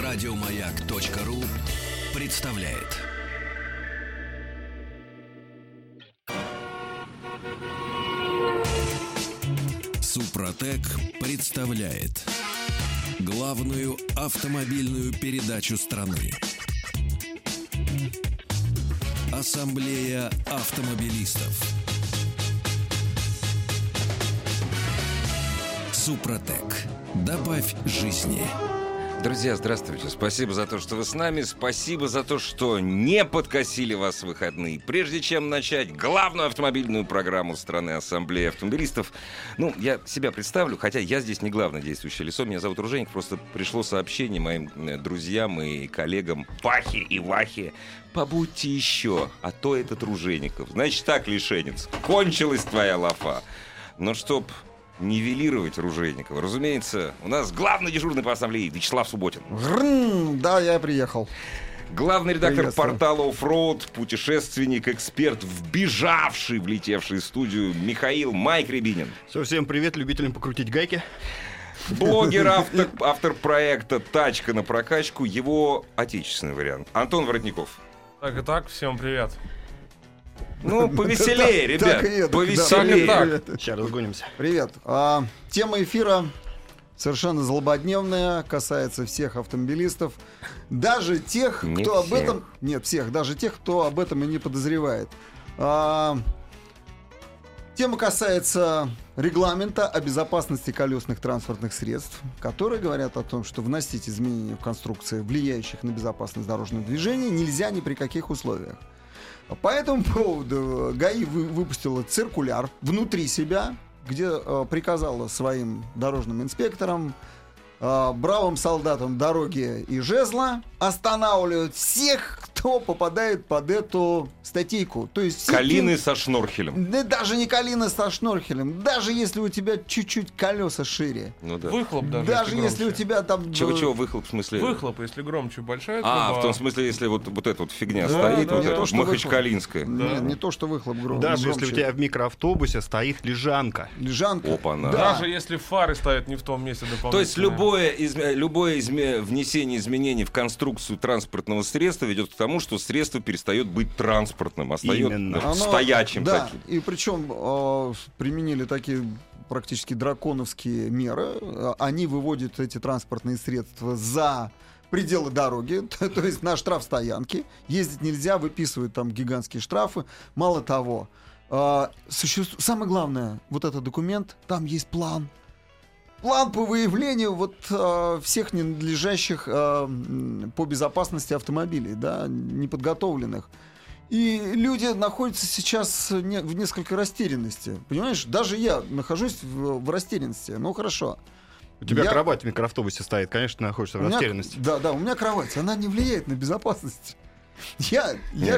Радиомаяк.ру представляет. Супротек представляет главную автомобильную передачу страны. Ассамблея автомобилистов. Супротек. Добавь жизни. Друзья, здравствуйте. Спасибо за то, что вы с нами. Спасибо за то, что не подкосили вас в выходные. Прежде чем начать главную автомобильную программу страны Ассамблеи автомобилистов, я себя представлю, хотя я здесь не главное действующее лицо. Меня зовут Ружейник. Просто пришло сообщение моим друзьям и коллегам Пахе и Вахе. Побудьте еще, а то этот Ружейников. Значит так, лишенец, кончилась твоя лафа. Но чтоб нивелировать Ружейникова, разумеется, у нас главный дежурный по ассамблее Вячеслав Субботин. Да, я приехал. Главный редактор портала Offroad, путешественник, эксперт, влетевший в студию Михаил Майк Рябинин. Всем привет любителям покрутить гайки. Блогер, автор проекта «Тачка на прокачку», его отечественный вариант. Антон Воротников. Так, всем привет. Повеселее, ребят, повеселее. Сейчас разгонимся. Привет. Тема эфира совершенно злободневная, касается всех автомобилистов, даже тех, кто об этом... Нет, всех, даже тех, кто об этом и не подозревает. Тема касается регламента о безопасности колесных транспортных средств, которые говорят о том, что вносить изменения в конструкции, влияющих на безопасность дорожного движения, нельзя ни при каких условиях. По этому поводу ГАИ выпустила циркуляр внутри себя, где приказала своим дорожным инспекторам, бравым солдатам дороги и жезла останавливать всех, кто попадает под эту статейку. То есть калины со шнорхелем. Да, даже не калины со шнорхелем. Даже если у тебя чуть-чуть колеса шире. Выхлоп даже если у тебя там... Чего выхлоп в смысле? Выхлоп, если громче, большая труба. В том смысле, если вот эта вот фигня стоит, махачкалинская. Не то, что выхлоп громче. Даже если у тебя в микроавтобусе стоит лежанка. Опа-на. Даже если фары стоят не в том месте дополнительно. То есть любое внесение изменений в конструкцию транспортного средства ведет к тому, что средство перестает быть транспортным, остается стоячим. Да, таким. И причем применили такие практически драконовские меры. Они выводят эти транспортные средства за пределы дороги, то есть на штрафстоянке. Ездить нельзя, выписывают там гигантские штрафы. Мало того, самое главное, вот этот документ, там есть план. План по выявлению всех ненадлежащих по безопасности автомобилей, неподготовленных. И люди находятся сейчас в несколько растерянности. Понимаешь, даже я нахожусь в растерянности. Хорошо. У тебя кровать в микроавтобусе стоит, конечно, ты находишься в растерянности. Да, у меня кровать, она не влияет на безопасность. Я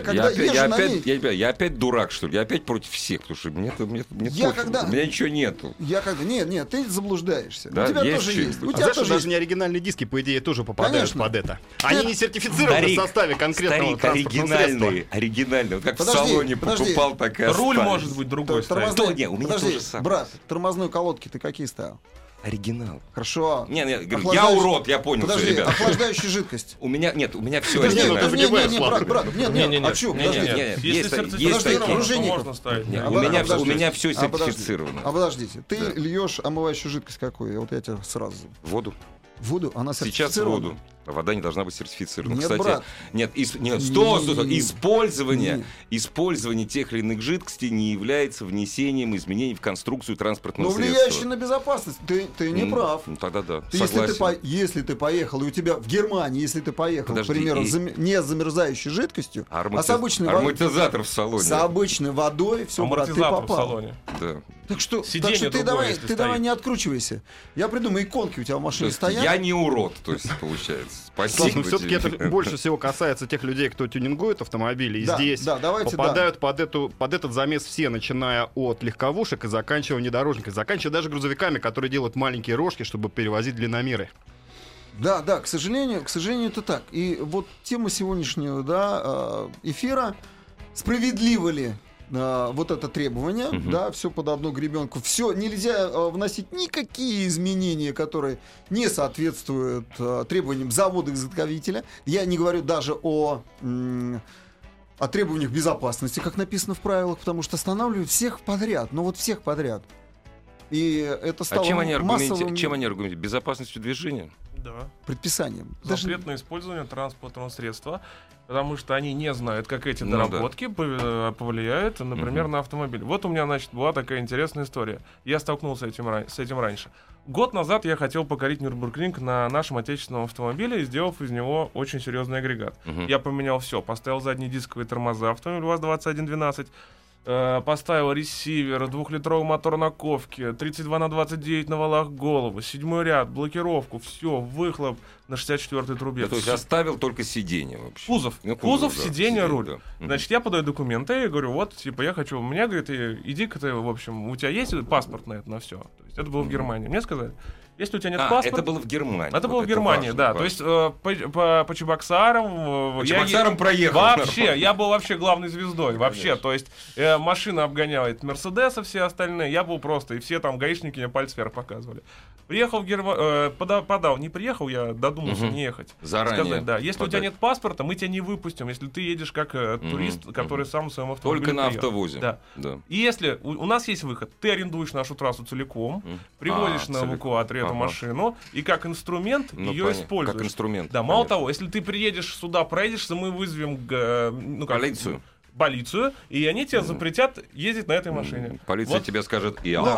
опять дурак, что ли? Я опять против всех, потому что у меня ничего нету. Нет, ты заблуждаешься. Да, у тебя тоже есть. У тебя знаешь, тоже даже неоригинальные диски, по идее, тоже попадают под это. Они не сертифицированы в составе конкретного транспортного средства. Оригинальный. Вот как в салоне покупал, так и остались. Руль может быть другой стоит. У меня тоже самое. Брат, тормозной колодки ты какие ставил? Оригинал. Хорошо. Я урод, я понял, подожди, все, ребят. Охлаждающая жидкость. У меня все оригинально. Брат, Если сертифицировано, то можно ставить. У меня все сертифицировано. Подождите, ты льешь омывающую жидкость какую? Вот я тебе сразу. Воду. Воду? Она сертифицирована? Сейчас воду. Вода не должна быть сертифицирована. Нет, кстати, брат. Использование тех или иных жидкостей не является внесением изменений в конструкцию транспортного средства. Влияющие на безопасность. Ты не прав. Тогда да, если ты поехал, и у тебя в Германии, если ты поехал, к примеру, не с замерзающей жидкостью, а с обычной водой. Амортизатор в салоне. С обычной водой, все, брат, ты попал. В салоне. Да. Так что ты давай не откручивайся. Я придумаю, иконки у тебя в машине стоят. Я не урод, то есть, получается. Спасибо. Все-таки это больше всего касается тех людей, кто тюнингует автомобили. И здесь попадают под этот замес все, начиная от легковушек и заканчивая внедорожниками, заканчивая даже грузовиками, которые делают маленькие рожки, чтобы перевозить длинномеры. Да, к сожалению, это так. И вот тема сегодняшнего эфира: справедливо ли вот это требование, да, все под одну гребенку. Все, нельзя вносить никакие изменения, которые не соответствуют требованиям завода-изготовителя. Я не говорю даже о требованиях безопасности, как написано в правилах, потому что останавливают всех подряд. Ну вот всех подряд. И это стало чем они массовым... Чем они аргументируют? Безопасностью движения? Да. Предписанием. Запрет на использование транспортного средства, потому что они не знают, как эти доработки повлияют, например, на автомобиль. Вот у меня, значит, была такая интересная история. Я столкнулся с этим раньше. Год назад я хотел покорить Нюрнбургринг на нашем отечественном автомобиле, сделав из него очень серьезный агрегат. Я поменял все. Поставил задние дисковые тормоза, автомобиль УАЗ-2112, поставил ресивер, 2-литровый мотор на ковке, 32 на 29 на валах голову, 7-й ряд, блокировку, все, выхлоп на 64-й трубе. То есть оставил только сиденье вообще. Кузов, да, сиденье, руль. Да. Значит, я подаю документы и говорю, вот, типа, я хочу, мне, говорит, иди-ка ты, в общем, у тебя есть паспорт на это, на все. То есть это было в Германии. Мне сказали, если у тебя нет паспорта... это было в Германии. Это было в Германии, да. То есть по Чебоксарам... По Чебоксарам проехал. Вообще, я был вообще главной звездой. Вообще, то есть машина обгоняет Мерседеса, все остальные. Я был просто, и все там гаишники мне пальцы вверх показывали. Приехал в Германию, подал, не приехал, я додумался не ехать. Заранее. Сказать, да, если у тебя нет паспорта, мы тебя не выпустим, если ты едешь как турист, который сам в своем автомобиле только на приехал. автовозе. Да. И если у нас есть выход, ты арендуешь нашу трассу целиком, привозишь на эвакуаторе эту машину, и как инструмент ее используешь. Как инструмент. Да, мало того, если ты приедешь сюда, проедешься, мы вызовем полицию, и они тебе запретят ездить на этой машине. Полиция тебе скажет,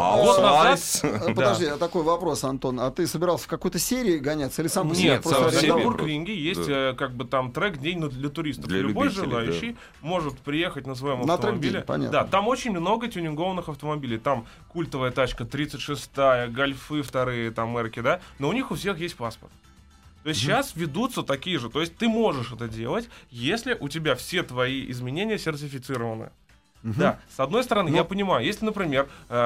Подожди, такой вопрос, Антон. А ты собирался в какой-то серии гоняться или сам по себе? Нет, в Нюрнбургринге есть как бы там трек-день для туристов. Для любой любителей, желающий может приехать на своем на автомобиле. Понятно. Да, там очень много тюнингованных автомобилей. Там культовая тачка 36-я, гольфы 2-е, там эрки, да, но у них у всех есть паспорт. То есть сейчас ведутся такие же. То есть ты можешь это делать, если у тебя все твои изменения сертифицированы. Да, с одной стороны, я понимаю, если, например,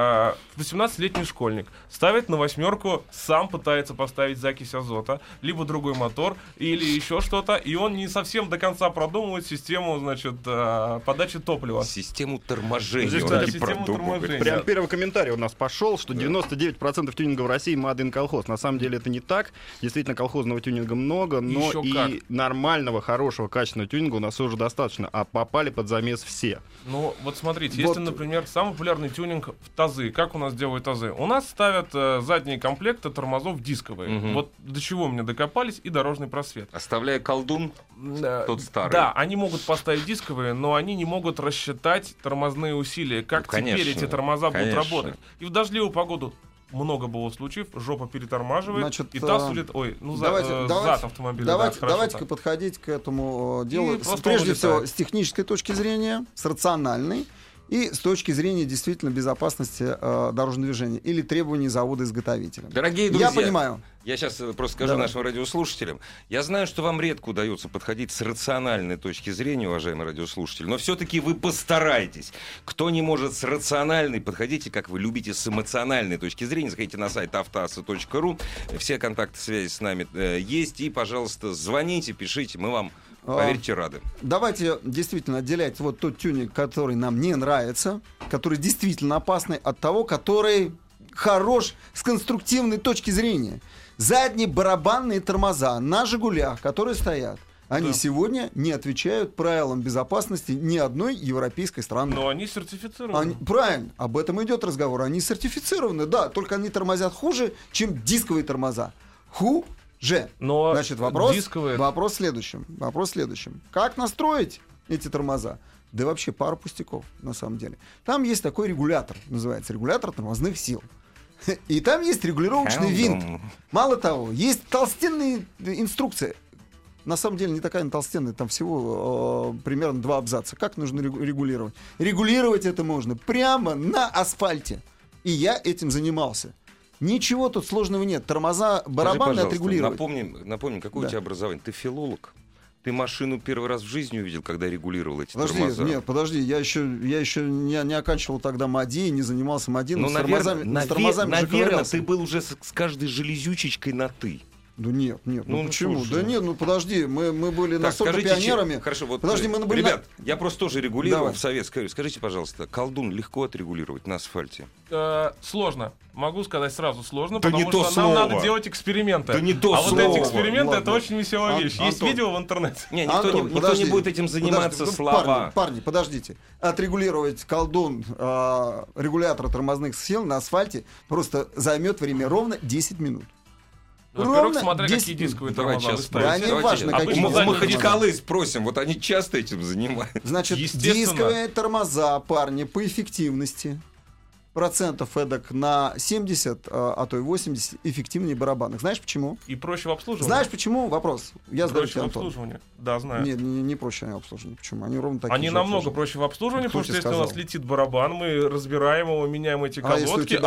18-летний школьник ставит на 8-ку, сам пытается поставить закись азота, либо другой мотор, или еще что-то, и он не совсем до конца продумывает систему, значит, подачи топлива. Систему торможения. Здесь, да, систему торможения. Прям первый комментарий у нас пошел, что 99% тюнинга в России made in колхоз. На самом деле это не так. Действительно, колхозного тюнинга много, но и нормального, хорошего, качественного тюнинга у нас уже достаточно, а попали под замес все. Ну, вот смотрите, если, например, самый популярный тюнинг в тазы, как у нас делают тазы? У нас ставят задние комплекты тормозов дисковые. Вот до чего мне докопались, и дорожный просвет. Оставляя колдун, тот старый. Да, они могут поставить дисковые, но они не могут рассчитать тормозные усилия. Как теперь эти тормоза будут работать? И в дождливую погоду много было случаев, жопа перетормаживает, значит, и таз улетает. Ой, ну зад автомобиля. Давайте-ка подходить к этому делу прежде всего с технической точки зрения, с рациональной, и с точки зрения действительно безопасности дорожного движения или требований завода-изготовителя. Дорогие друзья, я понимаю. Я сейчас просто скажу нашим радиослушателям. Я знаю, что вам редко удается подходить с рациональной точки зрения, уважаемые радиослушатели, но все-таки вы постарайтесь. Кто не может с рациональной, подходите, как вы любите, с эмоциональной точки зрения. Заходите на сайт автоаса.ру. Все контакты связи с нами есть. И, пожалуйста, звоните, пишите. Мы вам, поверьте, рады. Давайте действительно отделять вот тот тюнинг, который нам не нравится, который действительно опасный, от того, который хорош с конструктивной точки зрения. Задние барабанные тормоза на «Жигулях», которые стоят, они сегодня не отвечают правилам безопасности ни одной европейской страны. Но они сертифицированы. Правильно, об этом идет разговор. Они сертифицированы, да, только они тормозят хуже, чем дисковые тормоза. Хуже. Но значит, вопрос в следующем. Как настроить эти тормоза? Да и вообще пару пустяков, на самом деле. Там есть такой регулятор, называется регулятор тормозных сил. И там есть регулировочный винт. Мало того, есть толстенные инструкции. На самом деле не такая толстенная, там всего примерно 2 абзаца. Как нужно регулировать? Регулировать это можно прямо на асфальте. И я этим занимался. Ничего тут сложного нет. Тормоза барабаны отрегулировать. Напомни, какое у тебя образование? Ты филолог? Ты машину первый раз в жизни увидел, когда регулировал эти тормоза? Нет, подожди, я еще не оканчивал тогда МАДИ, не занимался МАДИ, но с тормозами наверное, ты был уже с каждой железючечкой на «ты». Да нет, ну почему? Слушай. Да нет, ну подожди, мы были настолько пионерами. Хорошо, вот, подожди, мы были... Ребят, я просто тоже регулировал в советское. Скажите, пожалуйста, колдун легко отрегулировать на асфальте? Сложно. Могу сказать сразу сложно, да потому что нам надо делать эксперименты. Да не то а слово. вот эти эксперименты, это очень веселая вещь. Есть видео в интернете. Никто не будет этим заниматься, слава. Парни, подождите. Отрегулировать колдун регулятора тормозных сил на асфальте просто займет время ровно 10 минут. Во-первых, смотря какие дисковые тормоза вы ставите. Да, не важно, какие. Мы Махачкалы спросим, вот они часто этим занимаются. Значит, дисковые тормоза, парни, по эффективности процентов эдак на 70, а то и 80 эффективнее барабанных. Знаешь почему? И проще в обслуживании. Знаешь почему? Вопрос. Я задаю проще в обслуживании. Да, знаю. Не проще в обслуживании. Почему? Они ровно такие Они намного проще в обслуживании, потому что если у нас летит барабан, мы разбираем его, меняем эти колодки,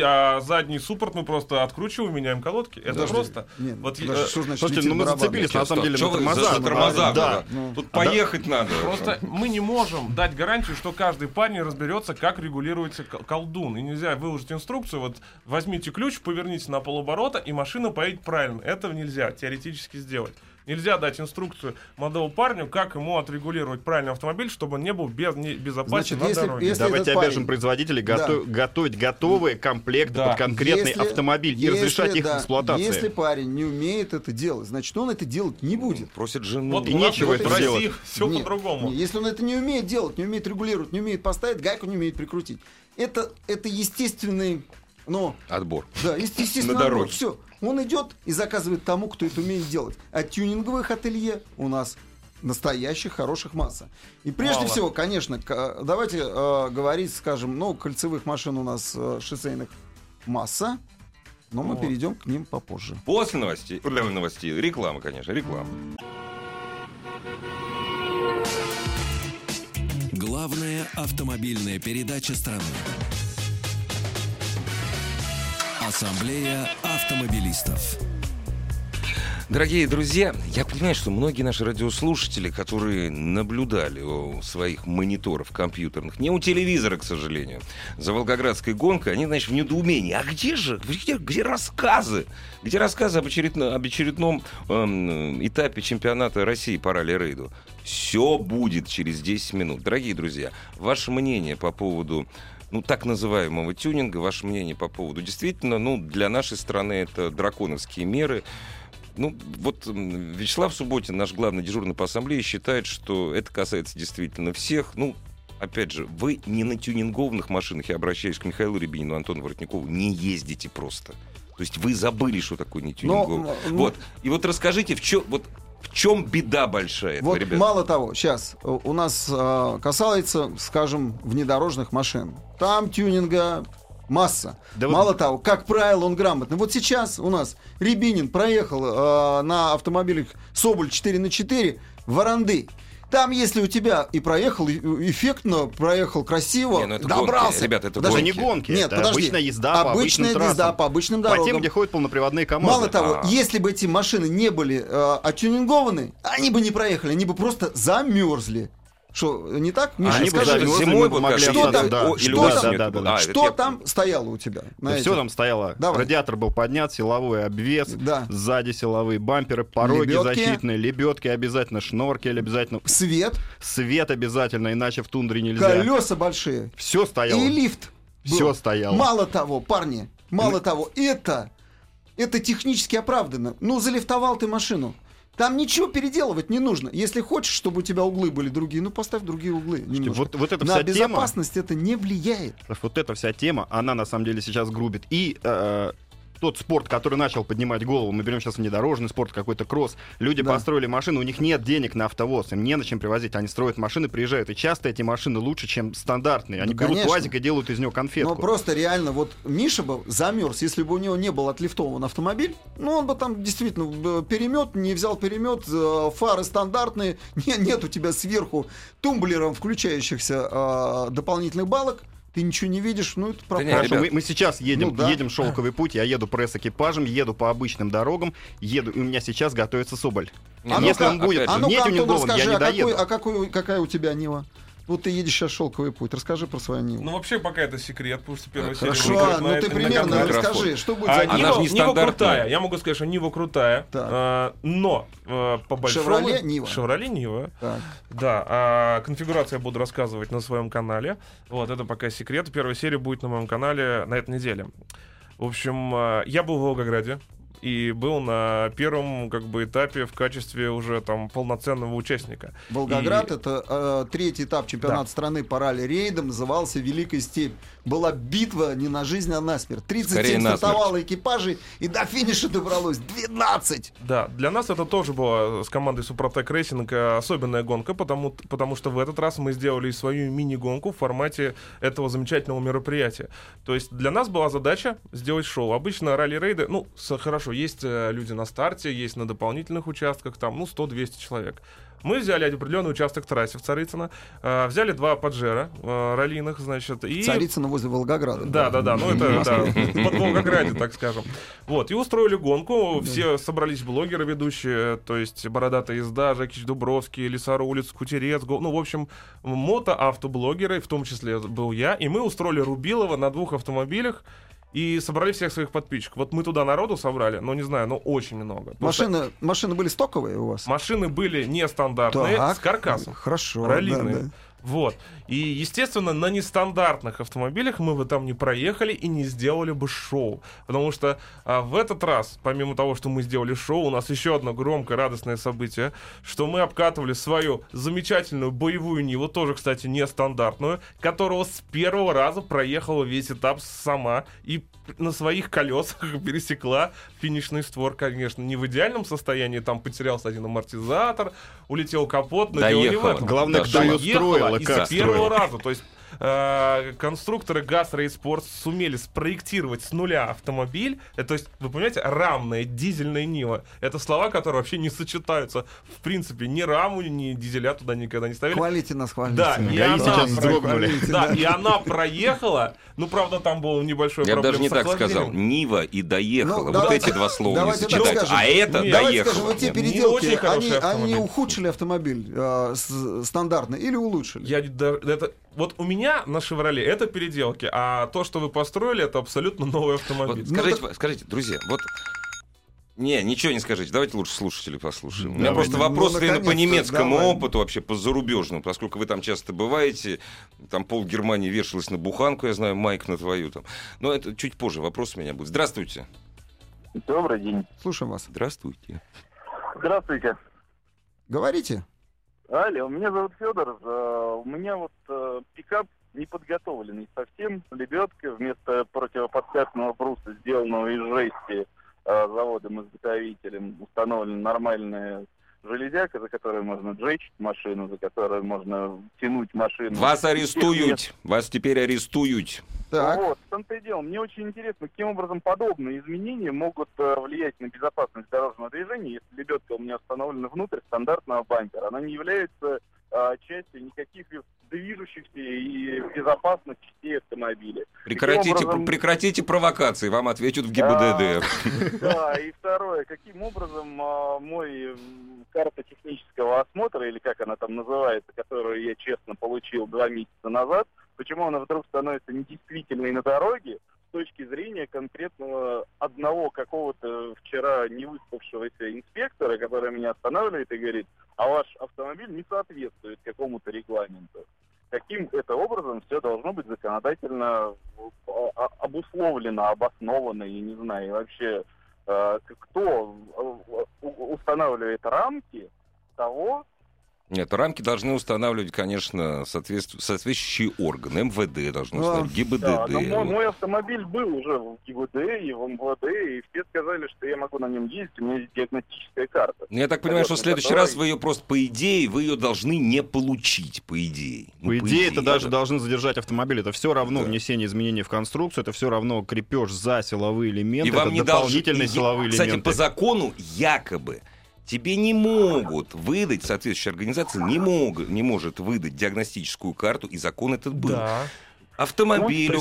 а задний суппорт мы просто откручиваем, меняем колодки. Это просто. Что значит слушайте, мы зацепились на самом деле на тормозах. Да. Тут поехать надо. Просто мы не можем дать гарантию, что каждый парень разберется, как регулируется колдун. И нельзя выложить инструкцию, вот возьмите ключ, поверните на полоборота, и машина поедет правильно. Этого нельзя теоретически сделать. Нельзя дать инструкцию молодому парню, как ему отрегулировать правильный автомобиль, чтобы он не был безопасен на дороге. Давайте обяжем производителей готовить готовые комплекты под конкретный автомобиль и разрешать их эксплуатацию. Если парень не умеет это делать, значит, он это делать не будет. Просит жену. Вот и нечего это делать. Все по-другому. Если он это не умеет делать, не умеет регулировать, не умеет поставить, гайку не умеет прикрутить. Это естественный... отбор. Да, естественно, на дороге. Все. Он идет и заказывает тому, кто это умеет делать. А тюнинговых ателье у нас настоящих, хороших масса. И прежде всего, конечно, давайте говорить, скажем, кольцевых машин у нас шоссейных масса, но мы перейдем к ним попозже. После новостей, реклама, конечно, реклама. Главная автомобильная передача страны. Ассамблея автомобилистов. Дорогие друзья, я понимаю, что многие наши радиослушатели, которые наблюдали у своих мониторов компьютерных, не у телевизора, к сожалению, за волгоградской гонкой, они, в недоумении. А где рассказы? Где рассказы об очередном этапе чемпионата России по ралли-рейду? Все будет через 10 минут. Дорогие друзья, ваше мнение по поводу так называемого тюнинга, ваше мнение по поводу действительно, для нашей страны это драконовские меры. Вячеслав Субботин, наш главный дежурный по ассамблее, считает, что это касается действительно всех. Опять же, вы не на тюнингованных машинах, я обращаюсь к Михаилу Рябинину, Антону Воротникову, не ездите просто. То есть вы забыли, что такое не тюнингованный. И расскажите, в чем беда большая этого, ребята? Мало того, сейчас у нас касается, скажем, внедорожных машин. Там тюнинга масса. Мало того, как правило, он грамотный. Вот сейчас у нас Рябинин проехал на автомобилях Соболь 4х4 в Воронды. Там, если у тебя и проехал эффектно, проехал красиво, добрался. Гонки. Ребята, это даже не гонки. Нет, это обычная езда по обычным трассам. По обычным дорогам. По тем, где ходят полноприводные КамАЗы. Мало того, если бы эти машины не были оттюнингованы, они бы не проехали, они бы просто замерзли. Что, не так? Миша, они скажи, зимой могли что там стояло у тебя? Все там стояло. Давай. Радиатор был поднят, силовой обвес, сзади силовые бамперы, пороги защитные, лебедки обязательно, шноркель обязательно. Свет обязательно, иначе в тундре нельзя. Колеса большие. Все стояло. И лифт был. Все стояло. Мало того, парни, это технически оправдано. Залифтовал ты машину. Там ничего переделывать не нужно. Если хочешь, чтобы у тебя углы были другие, поставь другие углы. Вот эта на безопасность это не влияет. Вот эта вся тема, она на самом деле сейчас грубит. И тот спорт, который начал поднимать голову, мы берем сейчас внедорожный спорт, какой-то кросс, люди построили машины, у них нет денег на автовоз, им не на чем привозить, они строят машины, приезжают, и часто эти машины лучше, чем стандартные. Они берут УАЗик и делают из него конфетку. Просто реально, Миша бы замерз, если бы у него не был отлифтован автомобиль, он бы там действительно перемет, не взял перемет, фары стандартные, нет у тебя сверху тумблером включающихся дополнительных балок. Ты ничего не видишь, это правда. Хорошо, мы сейчас едем шелковый путь, я еду пресс-экипажем, еду по обычным дорогам, и у меня сейчас готовится Соболь. Если он будет не тюнингован, я не доеду. Какая у тебя Нива? Вот ты едешь сейчас «Шелковый путь». Расскажи про свою Ниву. Ну, вообще, пока это секрет, потому что первая серия... Хорошо, ну ты примерно расскажи, что будет за Нива. Нива крутая. Я могу сказать, что Нива крутая. Но по большому... «Шевроле Нива. Да. Конфигурацию я буду рассказывать на своем канале. Вот, это пока секрет. Первая серия будет на моем канале на этой неделе. В общем, я был в Волгограде. И был на первом этапе в качестве уже там полноценного участника. Волгоград — это третий этап чемпионата страны по ралли-рейдам, назывался «Великая степь». Была битва не на жизнь, а на смерть. 37 стартовало экипажей, и до финиша добралось 12. Да, для нас это тоже была с командой Супротек Рейсинг особенная гонка, потому что в этот раз мы сделали свою мини-гонку в формате этого замечательного мероприятия. То есть для нас была задача сделать шоу. Обычно ралли-рейды, хорошо, есть люди на старте, есть на дополнительных участках, там, 100-200 человек. Мы взяли определенный участок трассы в Царицыно, взяли 2 Паджеро раллийных, значит, и... Царицыно возле Волгограда. Да, это под Волгограде, так скажем. Вот, и устроили гонку, все собрались блогеры ведущие, то есть «Бородатая езда», Жекич Дубровский, Лесара улиц, Кутерец, в общем, мото-автоблогеры, в том числе был я, и мы устроили Рубилово на 2 автомобилях, и собрали всех своих подписчиков. Вот мы туда народу собрали, не знаю, очень много. Машины были стоковые у вас? Машины были нестандартные, с каркасом. Хорошо. Раллийные. Да. Вот. И, естественно, на нестандартных автомобилях мы бы там не проехали и не сделали бы шоу. Потому что в этот раз, помимо того, что мы сделали шоу, у нас еще одно громкое, радостное событие, что мы обкатывали свою замечательную боевую Ниву, тоже, кстати, нестандартную, которая с первого раза проехала весь этап сама и на своих колесах пересекла финишный створ, конечно, не в идеальном состоянии, там потерялся один амортизатор, улетел капот, но дело не в этом. Главное, кто ее строил и как с первого раза, то есть конструкторы ГАЗ Рейспорт сумели спроектировать с нуля автомобиль. То есть, вы понимаете, рамная дизельная Нива. Это слова, которые вообще не сочетаются. В принципе, ни раму, ни дизеля туда никогда не ставили. Хвалите нас, хвалите. Да, и она проехала. Правда, там был небольшой проблем. Я даже не так сказал. Нива и доехала. Вот эти 2 слова не сочетаются. А это доехала. Скажем, вот те переделки, они ухудшили автомобиль стандартный или улучшили? Вот у меня на «Шевроле» это переделки, а то, что вы построили, это абсолютно новый автомобиль. Вот скажите, друзья, вот... ничего не скажите, давайте лучше слушателей послушаем. У меня просто вопрос по немецкому опыту, вообще по зарубежному, поскольку вы там часто бываете, там пол Германии вешалась на буханку, я знаю, Майк, на твою там. Но это чуть позже вопрос у меня будет. Здравствуйте. Добрый день. Слушаем вас. Здравствуйте. Здравствуйте. Говорите. Алло, меня зовут Федор. У меня пикап не подготовленный совсем. Лебедка вместо противоподкатного бруса, сделанного из жести заводом-изготовителем, установлена нормальная железяка, за которой можно джечить машину, за которой можно тянуть машину. Вас арестуют. Вас теперь арестуют. Так. Вот, в том-то и дело. Мне очень интересно, каким образом подобные изменения могут влиять на безопасность дорожного движения, если лебедка у меня установлена внутрь стандартного бампера. Она не является частью никаких движущихся и безопасных частей автомобиля. Прекратите провокации, вам ответят в ГИБДД. Да, и второе, каким образом мой карта технического осмотра, или как она там называется, которую я честно получил 2 месяца назад, почему она вдруг становится недействительной на дороге с точки зрения конкретного одного какого-то вчера не выспавшегося инспектора, который меня останавливает и говорит, а ваш автомобиль не соответствует какому-то регламенту. Каким это образом все должно быть законодательно обусловлено, обосновано, я не знаю, и вообще кто устанавливает рамки того. Нет, рамки должны устанавливать, конечно, соответствующие органы. МВД должны устанавливать, ГИБДД. Да, но мой автомобиль был уже в ГИБДД и в МВД, и все сказали, что я могу на нем ездить, у меня есть диагностическая карта. Я так понимаю, что в следующий раз вы ее просто, по идее, вы ее должны не получить, по идее. По идее, это даже должны задержать автомобиль. Это все равно внесение изменений в конструкцию, это все равно крепеж за силовые элементы, это дополнительные силовые элементы. Кстати, по закону якобы тебе не могут выдать, соответствующая организация не может выдать диагностическую карту, и закон этот был. Да. Автомобилю,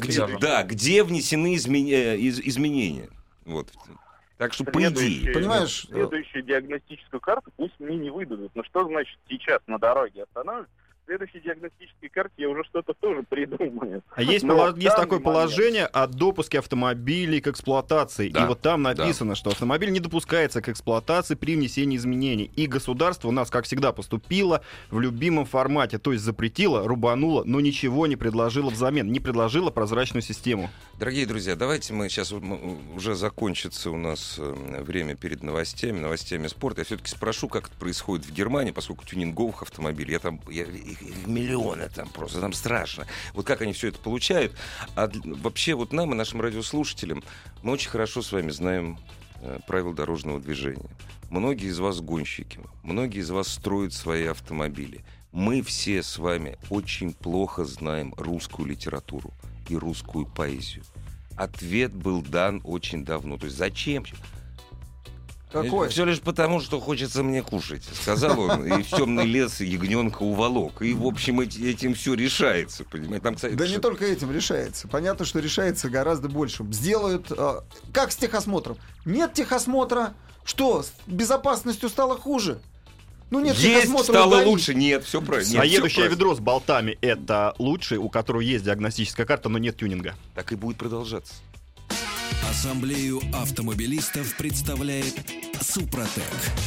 где внесены изменения. Вот. Так что, по идее... Понимаешь, следующую диагностическую карту пусть мне не выдадут. Но что значит сейчас на дороге остановят? следующей диагностической карте я уже что-то тоже придумаю. А есть такое положение о допуске автомобилей к эксплуатации. Да. И вот там написано, что автомобиль не допускается к эксплуатации при внесении изменений. И государство у нас, как всегда, поступило в любимом формате. То есть запретило, рубануло, но ничего не предложило взамен. Не предложило прозрачную систему. Дорогие друзья, давайте мы сейчас уже закончится у нас время перед новостями спорта. Я все-таки спрошу, как это происходит в Германии, поскольку тюнинговых автомобилей их миллионы там просто, там страшно. Вот как они все это получают. А вообще вот нам и нашим радиослушателям мы очень хорошо с вами знаем правила дорожного движения. Многие из вас гонщики, многие из вас строят свои автомобили. Мы все с вами очень плохо знаем русскую литературу и русскую поэзию. Ответ был дан очень давно. То есть зачем? Какой? Все лишь потому, что хочется мне кушать, сказал он, и в темный лес ягненка уволок. И, в общем, этим все решается, понимаете? Там, кстати, да не только этим решается. Понятно, что решается гораздо больше. Сделают... как с техосмотром? Нет техосмотра. Что, с безопасностью стало хуже? Ну нет, есть, стало лучше. Нет, все правильно. Нет, едущее ведро с болтами — это лучший, у которого есть диагностическая карта, но нет тюнинга. Так и будет продолжаться. Ассамблею автомобилистов представляет Супротек.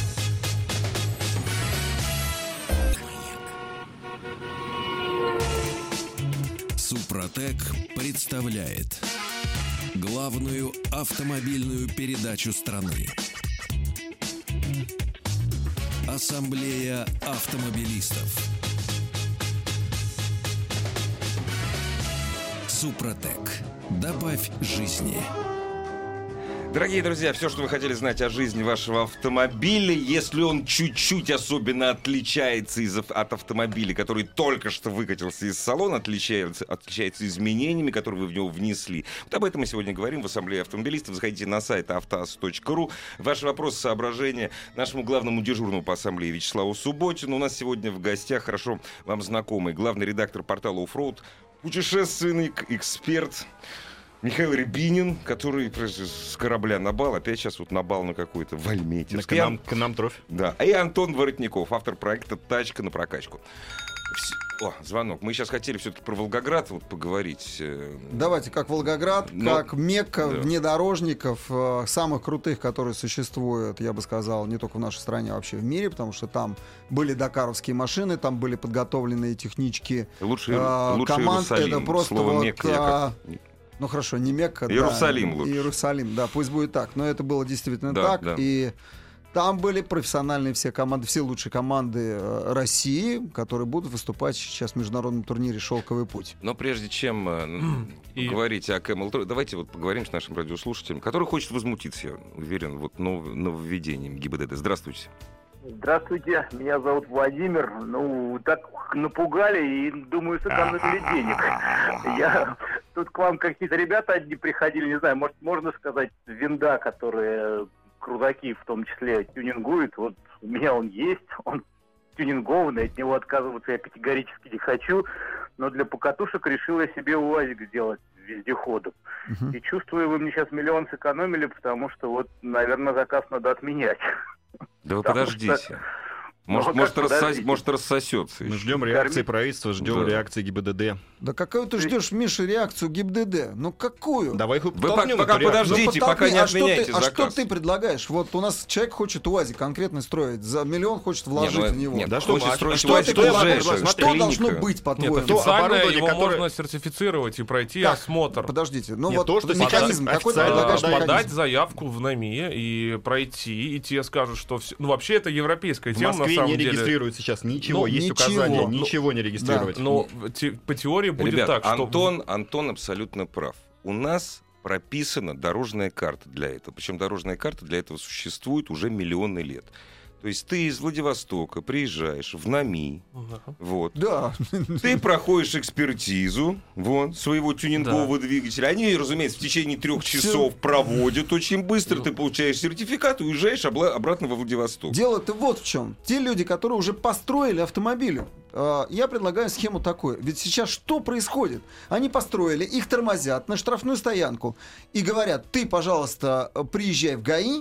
Супротек представляет главную автомобильную передачу страны. Ассамблея автомобилистов. Супротек. Добавь жизни. Дорогие друзья, все, что вы хотели знать о жизни вашего автомобиля, если он чуть-чуть особенно отличается от автомобиля, который только что выкатился из салона, отличается изменениями, которые вы в него внесли. Вот об этом мы сегодня говорим в Ассамблее автомобилистов. Заходите на сайт автоаз.ру. Ваши вопросы, соображения нашему главному дежурному по Ассамблее Вячеславу Субботину. У нас сегодня в гостях хорошо вам знакомый главный редактор портала Offroad, путешественник, эксперт Михаил Рябинин, который с корабля на бал, опять сейчас вот на бал на какой-то в Альметьевске. К нам тровь. Да. И Антон Воротников, автор проекта «Тачка на прокачку». О, звонок. Мы сейчас хотели все-таки про Волгоград вот поговорить. Давайте, как Волгоград, как Мекка внедорожников, самых крутых, которые существуют, я бы сказал, не только в нашей стране, а вообще в мире, потому что там были дакаровские машины, там были подготовленные технички лучший команд. Иерусалим. Это просто слово вот... Мекка, ну хорошо, не Мекка, Иерусалим лучше. Иерусалим, да, пусть будет так. Но это было действительно так. Да. И там были профессиональные все команды, все лучшие команды России, которые будут выступать сейчас в международном турнире «Шелковый путь». Но прежде чем говорить о Camel, давайте вот поговорим с нашим радиослушателем, который хочет возмутиться, я уверен, вот нововведением ГИБДД. Здравствуйте. Здравствуйте, меня зовут Владимир. Ну, так напугали и, думаю, сэкономили денег. Я тут к вам какие-то ребята одни приходили, не знаю, может, можно сказать, винда, которые крузаки в том числе тюнингуют. Вот у меня он есть, он тюнингованный, от него отказываться я категорически не хочу. Но для покатушек решил я себе УАЗик сделать вездеходом. И чувствую, вы мне сейчас миллион сэкономили, потому что вот, наверное, заказ надо отменять. Да вы подождите. Может, рассосется. Мы ждем реакции правительства, ждем реакции ГИБДД. Да какую ты ждешь, Миша, реакцию ГИБДД? Ну какую? Давай их пока подождите, пока не отменяйте заказ. А что ты предлагаешь? Вот у нас человек хочет УАЗик конкретно строить, за миллион хочет вложить в него. Да что должно быть, по-твоему? Официально его можно сертифицировать и пройти осмотр. Подождите, ну вот механизм какой ты предлагаешь? Подать заявку в НАМИ и пройти, и те скажут, что все... Ну вообще это европейская тема, на самом деле. Не регистрируют сейчас ничего, есть указание, ничего не регистрировать. Но по теории будет ребята, так, что... Антон абсолютно прав. У нас прописана дорожная карта для этого. Причем дорожная карта для этого существует уже миллионы лет. То есть ты из Владивостока приезжаешь в НАМИ, вот. Да. Ты проходишь экспертизу своего тюнингового двигателя. Они, разумеется, в течение 3 часов проводят очень быстро. Ты получаешь сертификат и уезжаешь обратно во Владивосток. Дело-то вот в чем. Те люди, которые уже построили автомобили, я предлагаю схему такую. Ведь сейчас что происходит? Они построили, их тормозят на штрафную стоянку и говорят: ты, пожалуйста, приезжай в ГАИ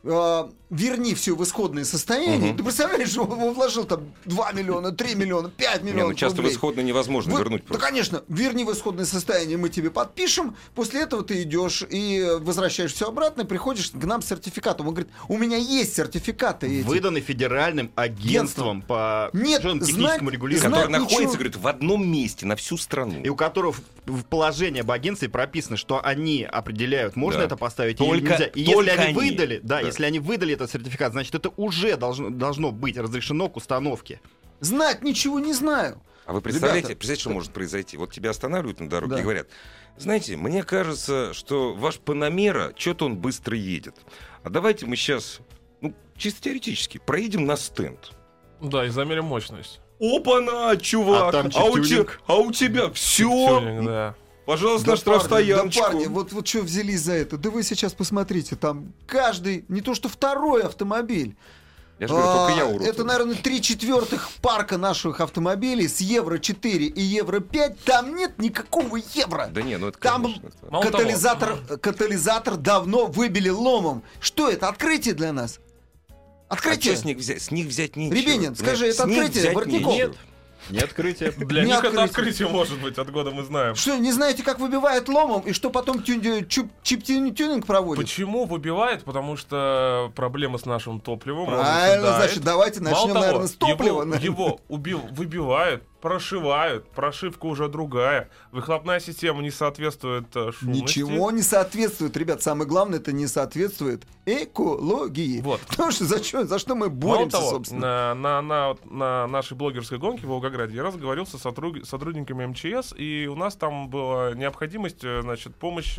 верни все в исходное состояние. Ты представляешь, он вложил там 2 миллиона, 3 миллиона, 5 миллионов часто рублей. в исходное невозможно вернуть просто. Да, конечно, верни в исходное состояние, мы тебе подпишем, после этого ты идешь и возвращаешь все обратно, и приходишь к нам с сертификатом. Он говорит, у меня есть сертификаты эти. Выданы федеральным агентством по техническому регулированию. Который находится, говорит, в одном месте на всю страну. И у которого в положении об агентстве прописано, что они определяют, можно это поставить или нельзя. И если они выдали, если они выдали этот сертификат, значит, это уже должно быть разрешено к установке. Знать ничего не знаю. А вы представляете, что может произойти? Вот тебя останавливают на дороге и говорят, знаете, мне кажется, что ваш Панамера, что-то он быстро едет. А давайте мы сейчас, чисто теоретически, проедем на стенд. Да, и замерим мощность. Опа-на, чувак! А у тебя все... Пожалуйста, на штрафстояночку. Да, парни, вот что взялись за это? Да вы сейчас посмотрите, там каждый, не то что второй автомобиль. Я же говорю, только я урод. Это, наверное, 3/4 парка наших автомобилей с Евро-4 и Евро-5. Там нет никакого евро. Да не, это там катализатор давно выбили ломом. Что это? Открытие для нас? Открытие? А что с них взять? С них взять нечего. Рябинин, скажи, это открытие Воротников? Нет. Не открытие. Для них это открытие может быть, откуда мы знаем. Что, не знаете, как выбивает ломом, и что потом чип-тюнинг проводит? Почему выбивает? Потому что проблемы с нашим топливом. Правильно, значит, давайте начнем, наверное, с топлива. Его выбивают, прошивают, прошивка уже другая, выхлопная система не соответствует шумности. Ничего не соответствует, ребят, самое главное, это не соответствует экологии. Вот. Потому что за что мы боремся, собственно. На нашей блогерской гонке в Волгограде я разговаривал со сотрудниками МЧС, и у нас там была необходимость, помощь.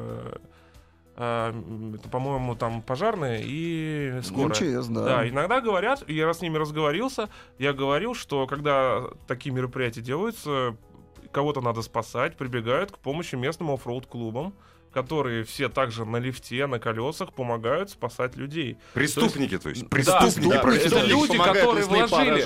Это, по-моему, там пожарные и скорая. МЧС, да. Да, иногда говорят, я с ними разговорился, я говорил, что когда такие мероприятия делаются, кого-то надо спасать, прибегают к помощи местным оффроуд-клубам, которые все также на лифте, на колесах помогают спасать людей. Преступники, то есть. Преступники. Да, это люди, которые вложили...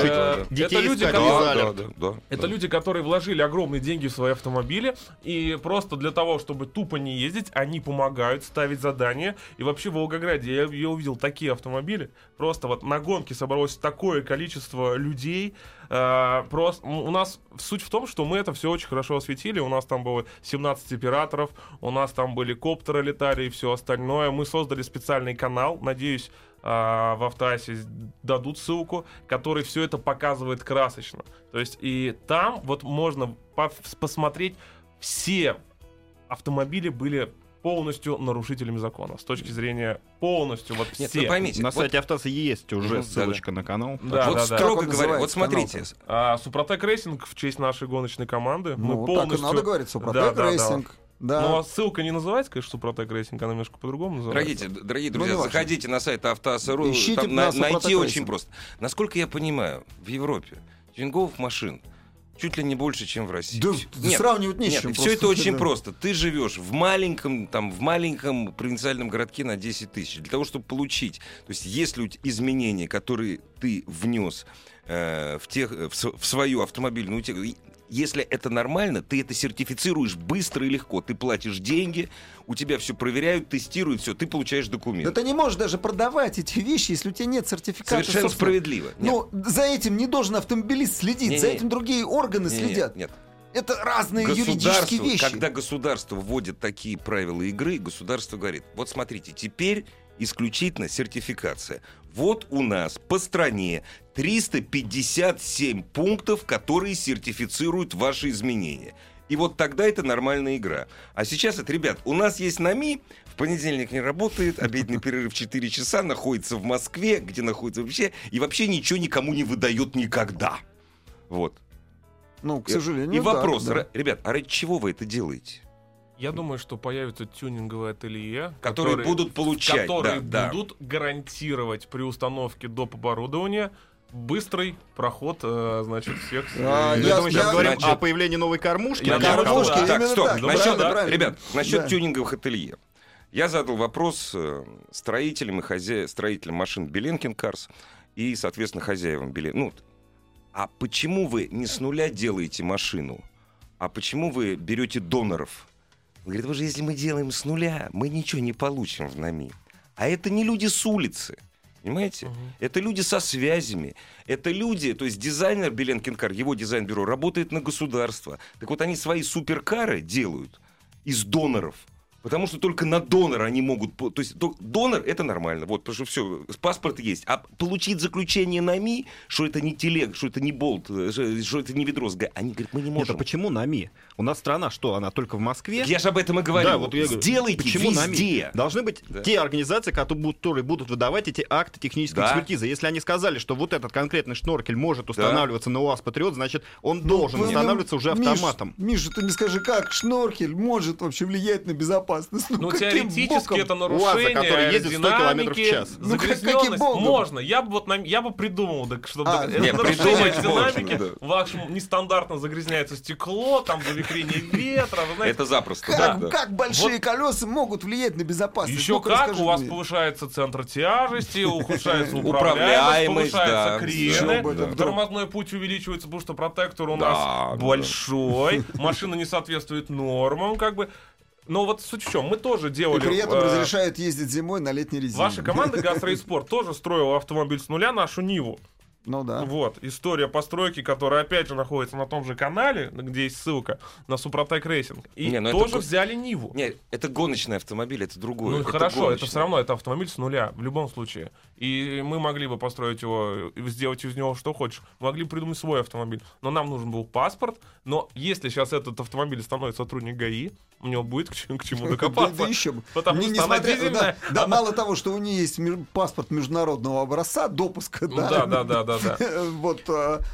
Это люди, которые вложили огромные деньги в свои автомобили, и просто для того, чтобы тупо не ездить, они помогают ставить задания. И вообще в Волгограде я увидел такие автомобили. Просто вот на гонке собралось такое количество людей. Просто у нас суть в том, что мы это все очень хорошо осветили. У нас там было 17 операторов, у нас там были коптеры летали и все остальное. Мы создали специальный канал, надеюсь, в Автоассе дадут ссылку, который все это показывает красочно. То есть и там вот можно посмотреть, все автомобили были полностью нарушителями закона. С точки зрения полностью вот все. Нет, поймите, на сайте Автоасса есть уже ссылочка на канал. Строго говоря, вот смотрите. Супротек Рейсинг в честь нашей гоночной команды. Мы Так полностью... и надо говорить, Супротек Рейсинг. Да. Ну, а ссылка не называется, конечно, Супротек Рейсинг, она немножко по-другому называется. Дорогие друзья, заходите на сайт Автоасса.ру, там найти очень просто. Насколько я понимаю, в Европе тюнинговых машин чуть ли не больше, чем в России. Да, сравнивать не с чем. Все это очень просто. Ты живешь в маленьком провинциальном городке на 10 тысяч. Для того, чтобы получить, то есть если изменения, которые ты внес в свою автомобильную технику, если это нормально, ты это сертифицируешь быстро и легко. Ты платишь деньги, у тебя все проверяют, тестируют, все, ты получаешь документ. Да ты не можешь даже продавать эти вещи, если у тебя нет сертификата. Совершенно справедливо. Но за этим не должен автомобилист следить, за этим другие органы следят. Нет. Это разные юридические вещи. Когда государство вводит такие правила игры, государство говорит, вот смотрите, теперь исключительно сертификация. Вот у нас по стране 357 пунктов, которые сертифицируют ваши изменения. И вот тогда это нормальная игра. А сейчас это, ребят, у нас есть НАМИ, в понедельник не работает, обеденный перерыв 4 часа, находится в Москве, где находится вообще, и вообще ничего никому не выдает никогда. Вот. Ну, к сожалению, и вопрос, ребят, а ради чего вы это делаете? Я думаю, что появятся тюнинговые ателье, которые будут получать, будут гарантировать при установке доп. Оборудования быстрый проход, всех. Мы сейчас говорим о появлении новой кормушки. Так, стоп. Ребят, насчет тюнинговых ателье. Я задал вопрос строителям машин Беленкин Карс и, соответственно, хозяевам Беленкин. А почему вы не с нуля делаете машину, а почему вы берете доноров? Он говорит, если мы делаем с нуля, мы ничего не получим в НАМИ. А это не люди с улицы. Понимаете? Это люди со связями. Это люди, то есть дизайнер Беленкин-Кар, его дизайн-бюро, работает на государство. Так вот они свои суперкары делают из доноров. Потому что только на донора они могут... То есть донор — это нормально, вот, потому что все, паспорт есть. А получить заключение на МИ, что это не телег, что это не болт, что это не ведро с ГАИ, они говорят, мы не можем. Нет, а почему на МИ? У нас страна что, она только в Москве? Я же об этом и говорю. Да, вот сделайте почему везде. Должны быть те организации, которые будут выдавать эти акты технической экспертизы. Если они сказали, что вот этот конкретный шноркель может устанавливаться на УАЗ «Патриот», значит, он должен устанавливаться уже автоматом. Миша, ты мне скажи, как шноркель может вообще влиять на безопасность? Ну, теоретически это нарушение УАЗа, который ездит 100 км в час. Загрязненность можно. Я бы придумал, чтобы нарушение динамики, вашим нестандартно загрязняется стекло, там завихрение ветра. Это запросто. Как большие колеса могут влиять на безопасность? Еще как, у вас повышается центр тяжести, ухудшается управляемость, повышается крены, тормозной путь увеличивается, потому что протектор у нас большой, машина не соответствует нормам, как бы. Но вот суть в чем, мы тоже делали... И при этом разрешают ездить зимой на летней резине. Ваша команда «Газрейспорт» тоже строила автомобиль с нуля, нашу Ниву. Ну да. Вот, история постройки, которая опять же находится на том же канале, где есть ссылка на Супротек Рейсинг. И тоже взяли Ниву. Нет, это гоночный автомобиль, это другое. Ну хорошо, это все равно это автомобиль с нуля, в любом случае. И мы могли бы построить его, сделать из него что хочешь. Могли бы придумать свой автомобиль. Но нам нужен был паспорт. Но если сейчас этот автомобиль становится сотрудник ГАИ, у него будет к чему докопаться. Да еще бы. Потому что она дизельная. Да, мало того, что у нее есть паспорт международного образца, допуска, да. Вот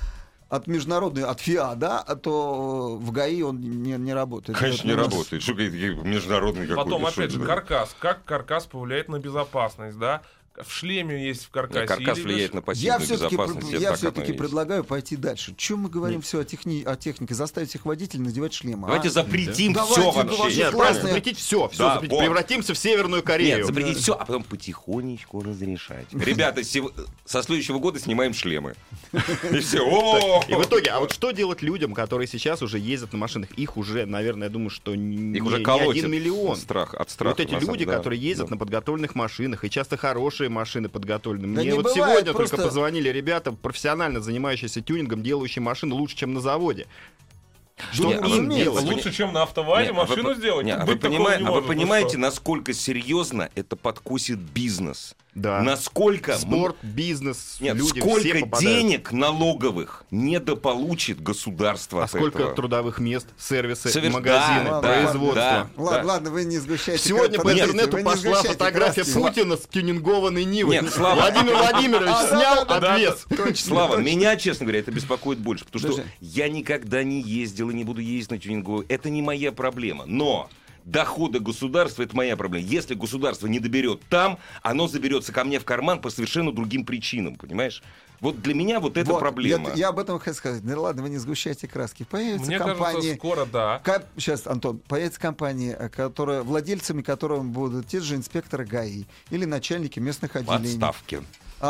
от международной, от ФИА, да, то в ГАИ он не работает. Конечно, не работает. Что международный какой-то. Потом, опять же, каркас. Как каркас повлияет на безопасность, да? В шлеме есть в каркасе. Каркас влияет на пассивную безопасность. Я все-таки предлагаю пойти дальше. Чем мы говорим все о технике? Заставить всех водителей надевать шлемы. Давайте запретим все вообще. Нет, запретить все. Превратимся в Северную Корею. Нет, запретить все, а потом потихонечку разрешать. Ребята, со следующего года снимаем шлемы. И все. И в итоге, а вот что делать людям, которые сейчас уже ездят на машинах? Их уже, наверное, я думаю, что не 1 миллион. От страха. Вот эти люди, которые ездят на подготовленных машинах, и часто хорошие машины подготовлены. Да мне вот сегодня только позвонили ребята, профессионально занимающиеся тюнингом, делающие машины лучше, чем на заводе. Что им делать? Лучше, чем на АвтоВАЗе машину сделать. Вы понимаете, насколько серьезно это подкосит бизнес? Да. Насколько... Спорт, бизнес, люди сколько все попадают. Денег налоговых недополучит государство от сколько этого? трудовых мест, сервисы, магазины, производства. Ладно, вы не сгущайте. Сегодня по интернету пошла фотография Путина с тюнингованной Нивой. Нет, Слава. Владимир Владимирович снял отвес. Слава, меня, честно говоря, это беспокоит больше, потому что я никогда не ездил и не буду ездить на тюнинговой. Это не моя проблема. Но... доходы государства — это моя проблема. Если государство не доберет там, оно заберется ко мне в карман по совершенно другим причинам, понимаешь? Вот для меня вот это проблема. Я об этом хочу сказать. Ну ладно, вы не сгущайте краски. Появятся Мне компании... кажется, скоро, да. Сейчас, Антон, появятся компании, владельцами которым будут те же инспекторы ГАИ или начальники местных отделений. В отставке.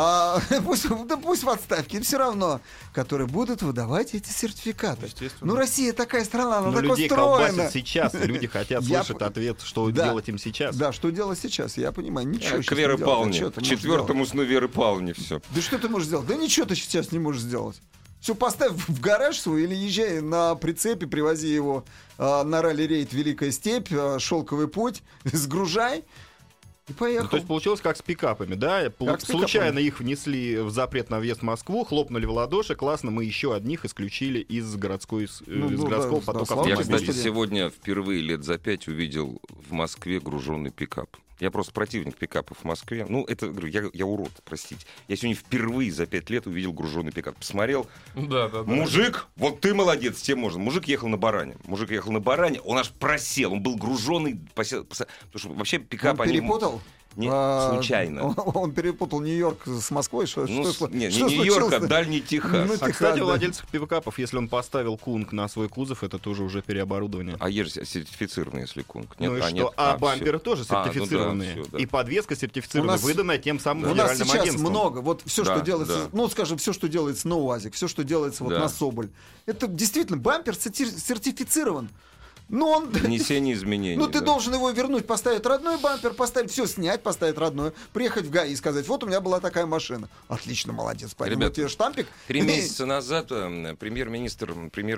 Пусть в отставке, все равно, которые будут выдавать эти сертификаты. Ну, Россия такая страна, она так устроена. Людей колбасят сейчас, люди хотят слышать ответ, что делать им сейчас. Да, что делать сейчас, я понимаю. Ничего к Вере Павловне, к 4-му сну Веры Павловне все. Да что ты можешь сделать? Да ничего ты сейчас не можешь сделать. Все, поставь в гараж свой или езжай на прицепе, привози его на ралли-рейд «Великая степь», «Шелковый путь», сгружай. И поехал. Ну, то есть получилось как с пикапами, да? Случайно их внесли в запрет на въезд в Москву, хлопнули в ладоши, классно, мы еще одних исключили из городского потока автомобилей. Я, кстати, сегодня впервые лет за 5 увидел в Москве груженный пикап. Я просто противник пикапов в Москве. Ну, это, говорю, я урод, простите. Я сегодня впервые за 5 лет увидел груженный пикап. Посмотрел. Да. Мужик, вот ты молодец, тебе можно. Мужик ехал на баране, он аж просел, он был груженный. Потому что вообще пикап... Он перепутал? Случайно. Он перепутал Нью-Йорк с Москвой? Не Нью-Йорк, а Дальний Техас. Кстати, владельцев пикапов, если он поставил Кунг на свой кузов, это тоже уже переоборудование. А есть же сертифицированный, если Кунг. Ну и что? Бамперы тоже сертифицированные. И подвеска сертифицированная, выданная тем самым федеральным агентством. У нас сейчас много. Вот все, что делается, ну, скажем, все, что делается на УАЗик, все, что делается вот на Соболь. Это действительно бампер сертифицирован. Внесение изменений. Ну, ты должен его вернуть, поставить родной бампер, поставить все, снять, поставить родной, приехать в ГАИ и сказать, вот у меня была такая машина. Отлично, молодец, парень, вот тебе штампик. 3 месяца назад премьер-министр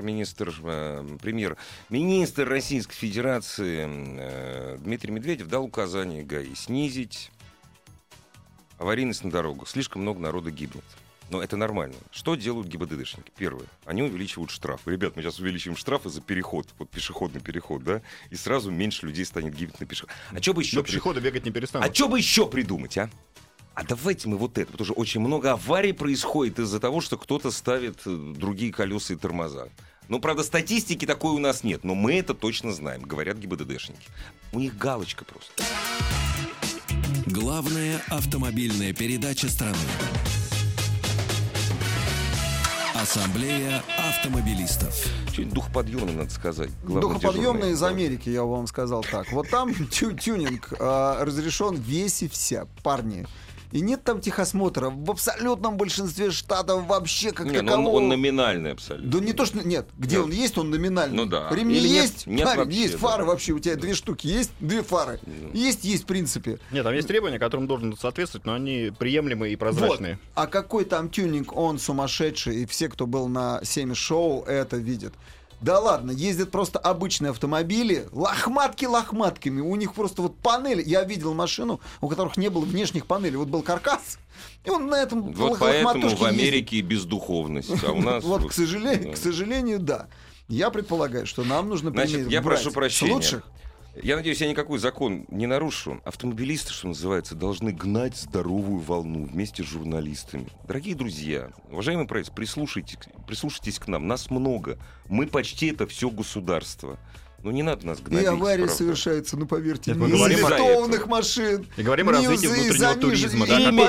Российской Федерации Дмитрий Медведев дал указание ГАИ снизить аварийность на дорогах. Слишком много народа гибнет. Но это нормально. Что делают ГИБДДшники? Первое. Они увеличивают штраф. Ребят, мы сейчас увеличим штрафы за переход. Вот пешеходный переход, да? И сразу меньше людей станет гибнуть на пешеход. А что бы еще... пешеходы бегать не перестанут. А что бы еще придумать, а? А давайте мы вот это. Потому что очень много аварий происходит из-за того, что кто-то ставит другие колеса и тормоза. Ну, правда, статистики такой у нас нет. Но мы это точно знаем, говорят ГИБДДшники. У них галочка просто. Главная автомобильная передача страны. Ассамблея автомобилистов. Что-нибудь духоподъемное, надо сказать. Духоподъемное из Америки, я вам сказал так. Вот там тюнинг разрешен весь и вся, парни. И нет там техосмотра. В абсолютном большинстве штатов вообще как такового. Он номинальный абсолютно. Да не то, что... Нет, где он есть, он номинальный. Ну да. Ремни есть, нет парень, вообще, есть фары вообще. У тебя 2 штуки есть, 2 фары. Есть в принципе. Нет, там есть требования, которым должен соответствовать, но они приемлемые и прозрачные. Вот. А какой там тюнинг, он сумасшедший. И все, кто был на 7 шоу, это видят. Да ладно, ездят просто обычные автомобили, лохматки лохматками, у них просто вот панели. Я видел машину, у которых не было внешних панелей, вот был каркас, и он на этом вот поэтому в Америке ездит. Бездуховность, а у нас... Вот, к сожалению, да. Я предполагаю, что нам нужно я прошу прощения. Лучших. Я надеюсь, я никакой закон не нарушу. Автомобилисты, что называется, должны гнать здоровую волну вместе с журналистами. Дорогие друзья, уважаемые правительства, прислушайтесь к нам. Нас много. Мы почти это все государство. Ну не надо нас гнобить. И аварии правда. Совершаются, ну поверьте, не из арестованных машин. И говорим о развитии внутреннего туризма.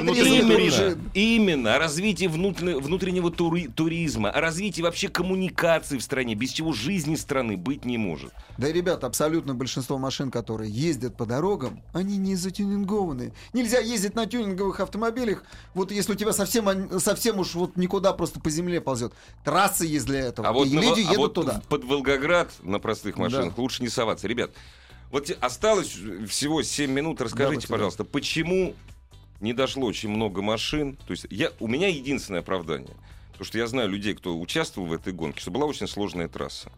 Именно, о развитии внутреннего туризма, о развитии вообще коммуникаций в стране, без чего жизни страны быть не может. Да и, ребята, абсолютно большинство машин, которые ездят по дорогам, они не затюнингованы. Нельзя ездить на тюнинговых автомобилях, вот если у тебя совсем уж вот никуда просто по земле ползет. Трассы есть для этого, и люди едут туда. Под Волгоград на простых машинах лучше не соваться. Ребят, вот осталось всего 7 минут. Расскажите, пожалуйста, почему не дошло очень много машин? То есть у меня единственное оправдание. Потому что я знаю людей, кто участвовал в этой гонке, что была очень сложная трасса.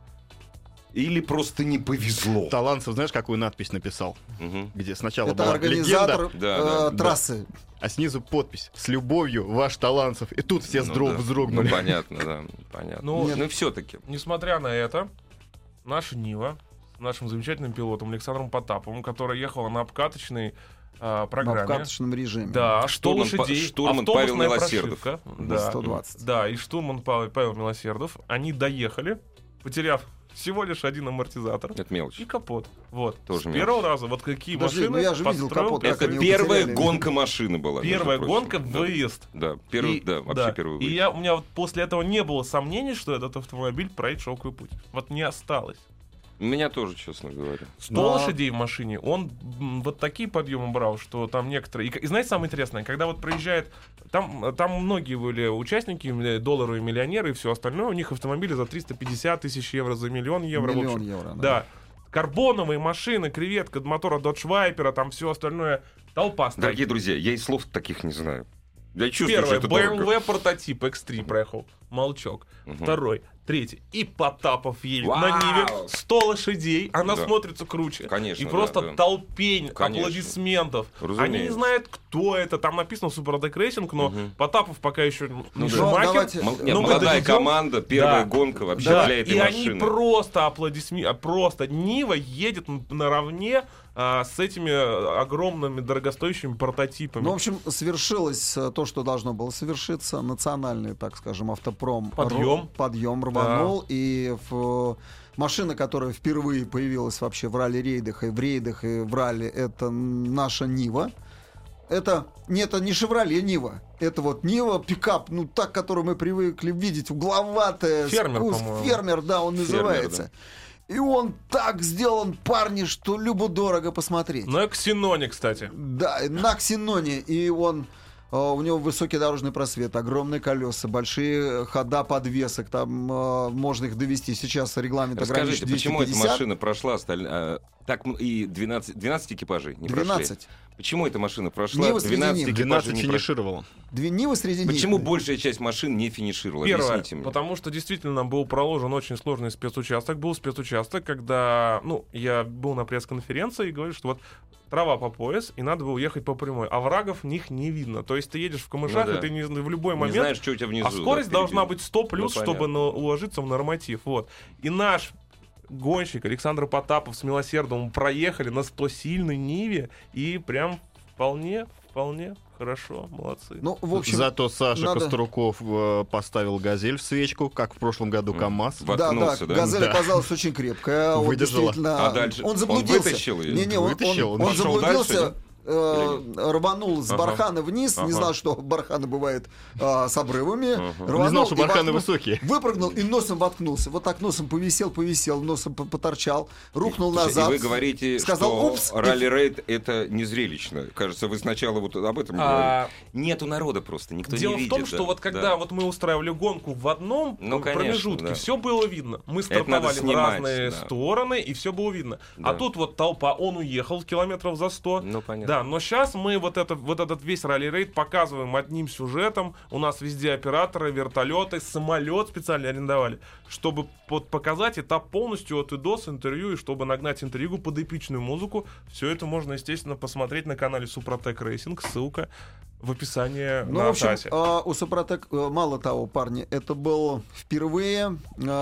Или просто не повезло. Талантцев, знаешь, какую надпись написал? Где сначала это была организатор легенда, трассы. А снизу подпись: «С любовью, ваш Талантцев». И тут все вздрогнули. Ну, понятно, да. Понятно. Но все-таки. Несмотря на это, наша Нива с нашим замечательным пилотом Александром Потаповым, которая ехала на обкаточной программе. В обкаточном режиме. Да, штурман Павел Милосердов. Да, 120. Да, и штурман Павел Милосердов. Они доехали, потеряв всего лишь один амортизатор. Это мелочь. И капот. Вот. Тоже с первого раза. Вот какие машины я же видел капот. Это первая гонка машины была. Первая гонка в выезд. Да, вообще первый выезд. И у меня вот после этого не было сомнений, что этот автомобиль проедет шелковый путь. Вот не осталось. У меня тоже, честно говоря. 100 лошадей в машине, он вот такие подъемы брал, что там некоторые... И знаете, самое интересное, когда вот проезжает... Там многие были участники, долларовые миллионеры и все остальное. У них автомобили за 350 тысяч евро, за миллион евро. Миллион евро, да. Карбоновые машины, креветка, мотора Dodge Viper, там все остальное. Толпа стоит. Дорогие друзья, я и слов таких не знаю. Я чувствую, Первое, что это BMW прототип X3 проехал. Молчок. Второй. Третий. И Потапов едет на Ниве. 100 лошадей. Она смотрится круче. Конечно. И просто толпень аплодисментов. Разумеется. Они не знают, кто это. Там написано Супротек Рейсинг, но Потапов пока еще не Шумахер. Молодая команда, первая гонка вообще для этой машины. И они просто аплодисменты. Просто Нива едет наравне с этими огромными дорогостоящими прототипами. Ну, в общем, свершилось то, что должно было совершиться. Национальный, так скажем, автопром подъем рванул. И машина, которая впервые появилась вообще в ралли-рейдах, и в рейдах, и в ралли, это наша Нива. Это не «Шевроле», Нива. Это вот Нива, пикап, ну, так, которую мы привыкли видеть, угловатая. Фермер, по-моему. Фермер, да, он называется. Да. И он так сделан, парни, что любо-дорого посмотреть. На ксеноне, кстати. Да, на ксеноне. И он У него высокий дорожный просвет, огромные колеса, большие хода подвесок, там можно их довести. Сейчас регламент ограничен 250. Почему эта машина прошла так и 12 экипажей не 12. Прошли? Почему эта машина прошла? 12 финишировала. Нива среди них. Почему большая часть машин не финишировала? Первое, Объясните мне. потому что действительно был проложен очень сложный спецучасток. Был спецучасток, когда я был на пресс-конференции и говорю, что вот трава по пояс, и надо было ехать по прямой. Оврагов в них не видно. То есть ты едешь в камышах, и ты в любой момент... Не знаешь, что у тебя внизу. А скорость должна быть 100 плюс, чтобы уложиться в норматив. Вот. И наш гонщик Александр Потапов с Милосердом проехали на 100-сильной Ниве, и прям вполне хорошо, молодцы. В общем, зато Саша Коструков поставил «Газель» в свечку, как в прошлом году КамАЗ. Воткнулся, да? «Газель» оказалась очень крепкая. Выдержала. А дальше? Он заблудился. Он вытащил ее? Он заблудился. Рванул с бархана вниз, не знал, что барханы бывают с обрывами. Не знал, что барханы высокие. Выпрыгнул и носом воткнулся. Вот так носом повисел, носом поторчал, рухнул назад. И вы говорите, сказал, что ралли-рейд это не зрелищно. Кажется, вы сначала вот об этом говорили. Нету народа просто, никто Дело не видит. Дело в том, что вот когда вот мы устраивали гонку в одном промежутке, все было видно. Мы стартовали в разные стороны, и все было видно. А тут вот толпа, он уехал километров за 100. Ну, понятно. Да, но сейчас мы вот этот весь ралли-рейд показываем одним сюжетом. У нас везде операторы, вертолеты, самолет специально арендовали, чтобы показать этап полностью от и до с интервью, и чтобы нагнать интригу под эпичную музыку. Все это можно, естественно, посмотреть на канале Супротек Рейсинг. Ссылка в описании на сайте. У Супротек, мало того, парни, это был впервые...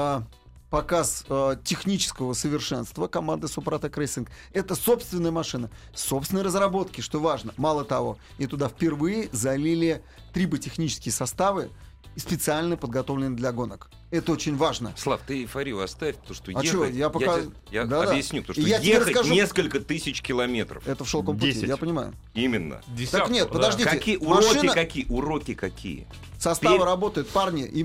показ технического совершенства команды Супротек Рейсинг. Это собственная машина, собственные разработки, что важно. Мало того, и туда впервые залили триботехнические составы, специально подготовленные для гонок. Это очень важно. Слав, ты эйфорию оставь, потому что ехать... Что, я объясню, потому что ехать несколько тысяч километров. Это в шелковом пути, я понимаю. Именно. Так нет, подождите. Уроки какие? Составы работают, парни, и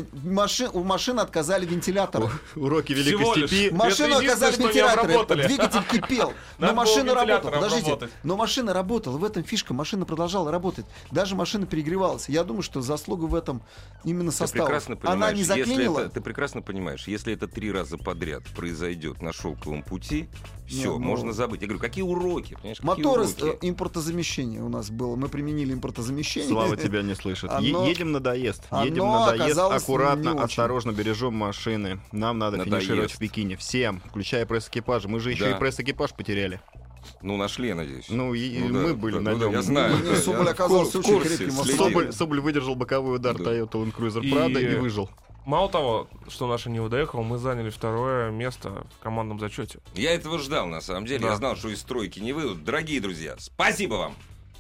у машины отказали вентиляторы. Уроки Великой Степи. Машину отказали вентиляторы, двигатель кипел, но машина работала. Подождите, но машина работала, в этом фишка, машина продолжала работать. Даже машина перегревалась. Я думаю, что заслуга в этом именно состава. Она не заклинила. Ты прекрасно понимаешь, если это 3 раза подряд произойдет на шелковом пути, все, можно забыть. Я говорю, какие уроки? Моторы импортозамещения у нас было. Мы применили импортозамещение. Слава тебя не слышит. Едем надоест. Аккуратно, осторожно бережем машины. Нам надо финишировать в Пекине. Всем, включая пресс-экипажи. Мы же еще и пресс-экипаж потеряли. Нашли, я надеюсь. Мы были на нем. Я знаю. Соболь оказался очень крепким. Соболь выдержал боковой удар Toyota Land Cruiser Prado и выжил. Мало того, что наша не доехала, мы заняли 2-е место в командном зачете. Я этого ждал, на самом деле. Да. Я знал, что из стройки не выйдут. Дорогие друзья, спасибо вам!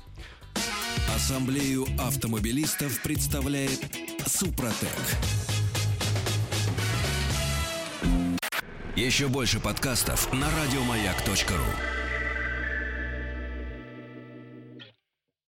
Ассамблею автомобилистов представляет Супротек. Еще больше подкастов на радиомаяк.ру.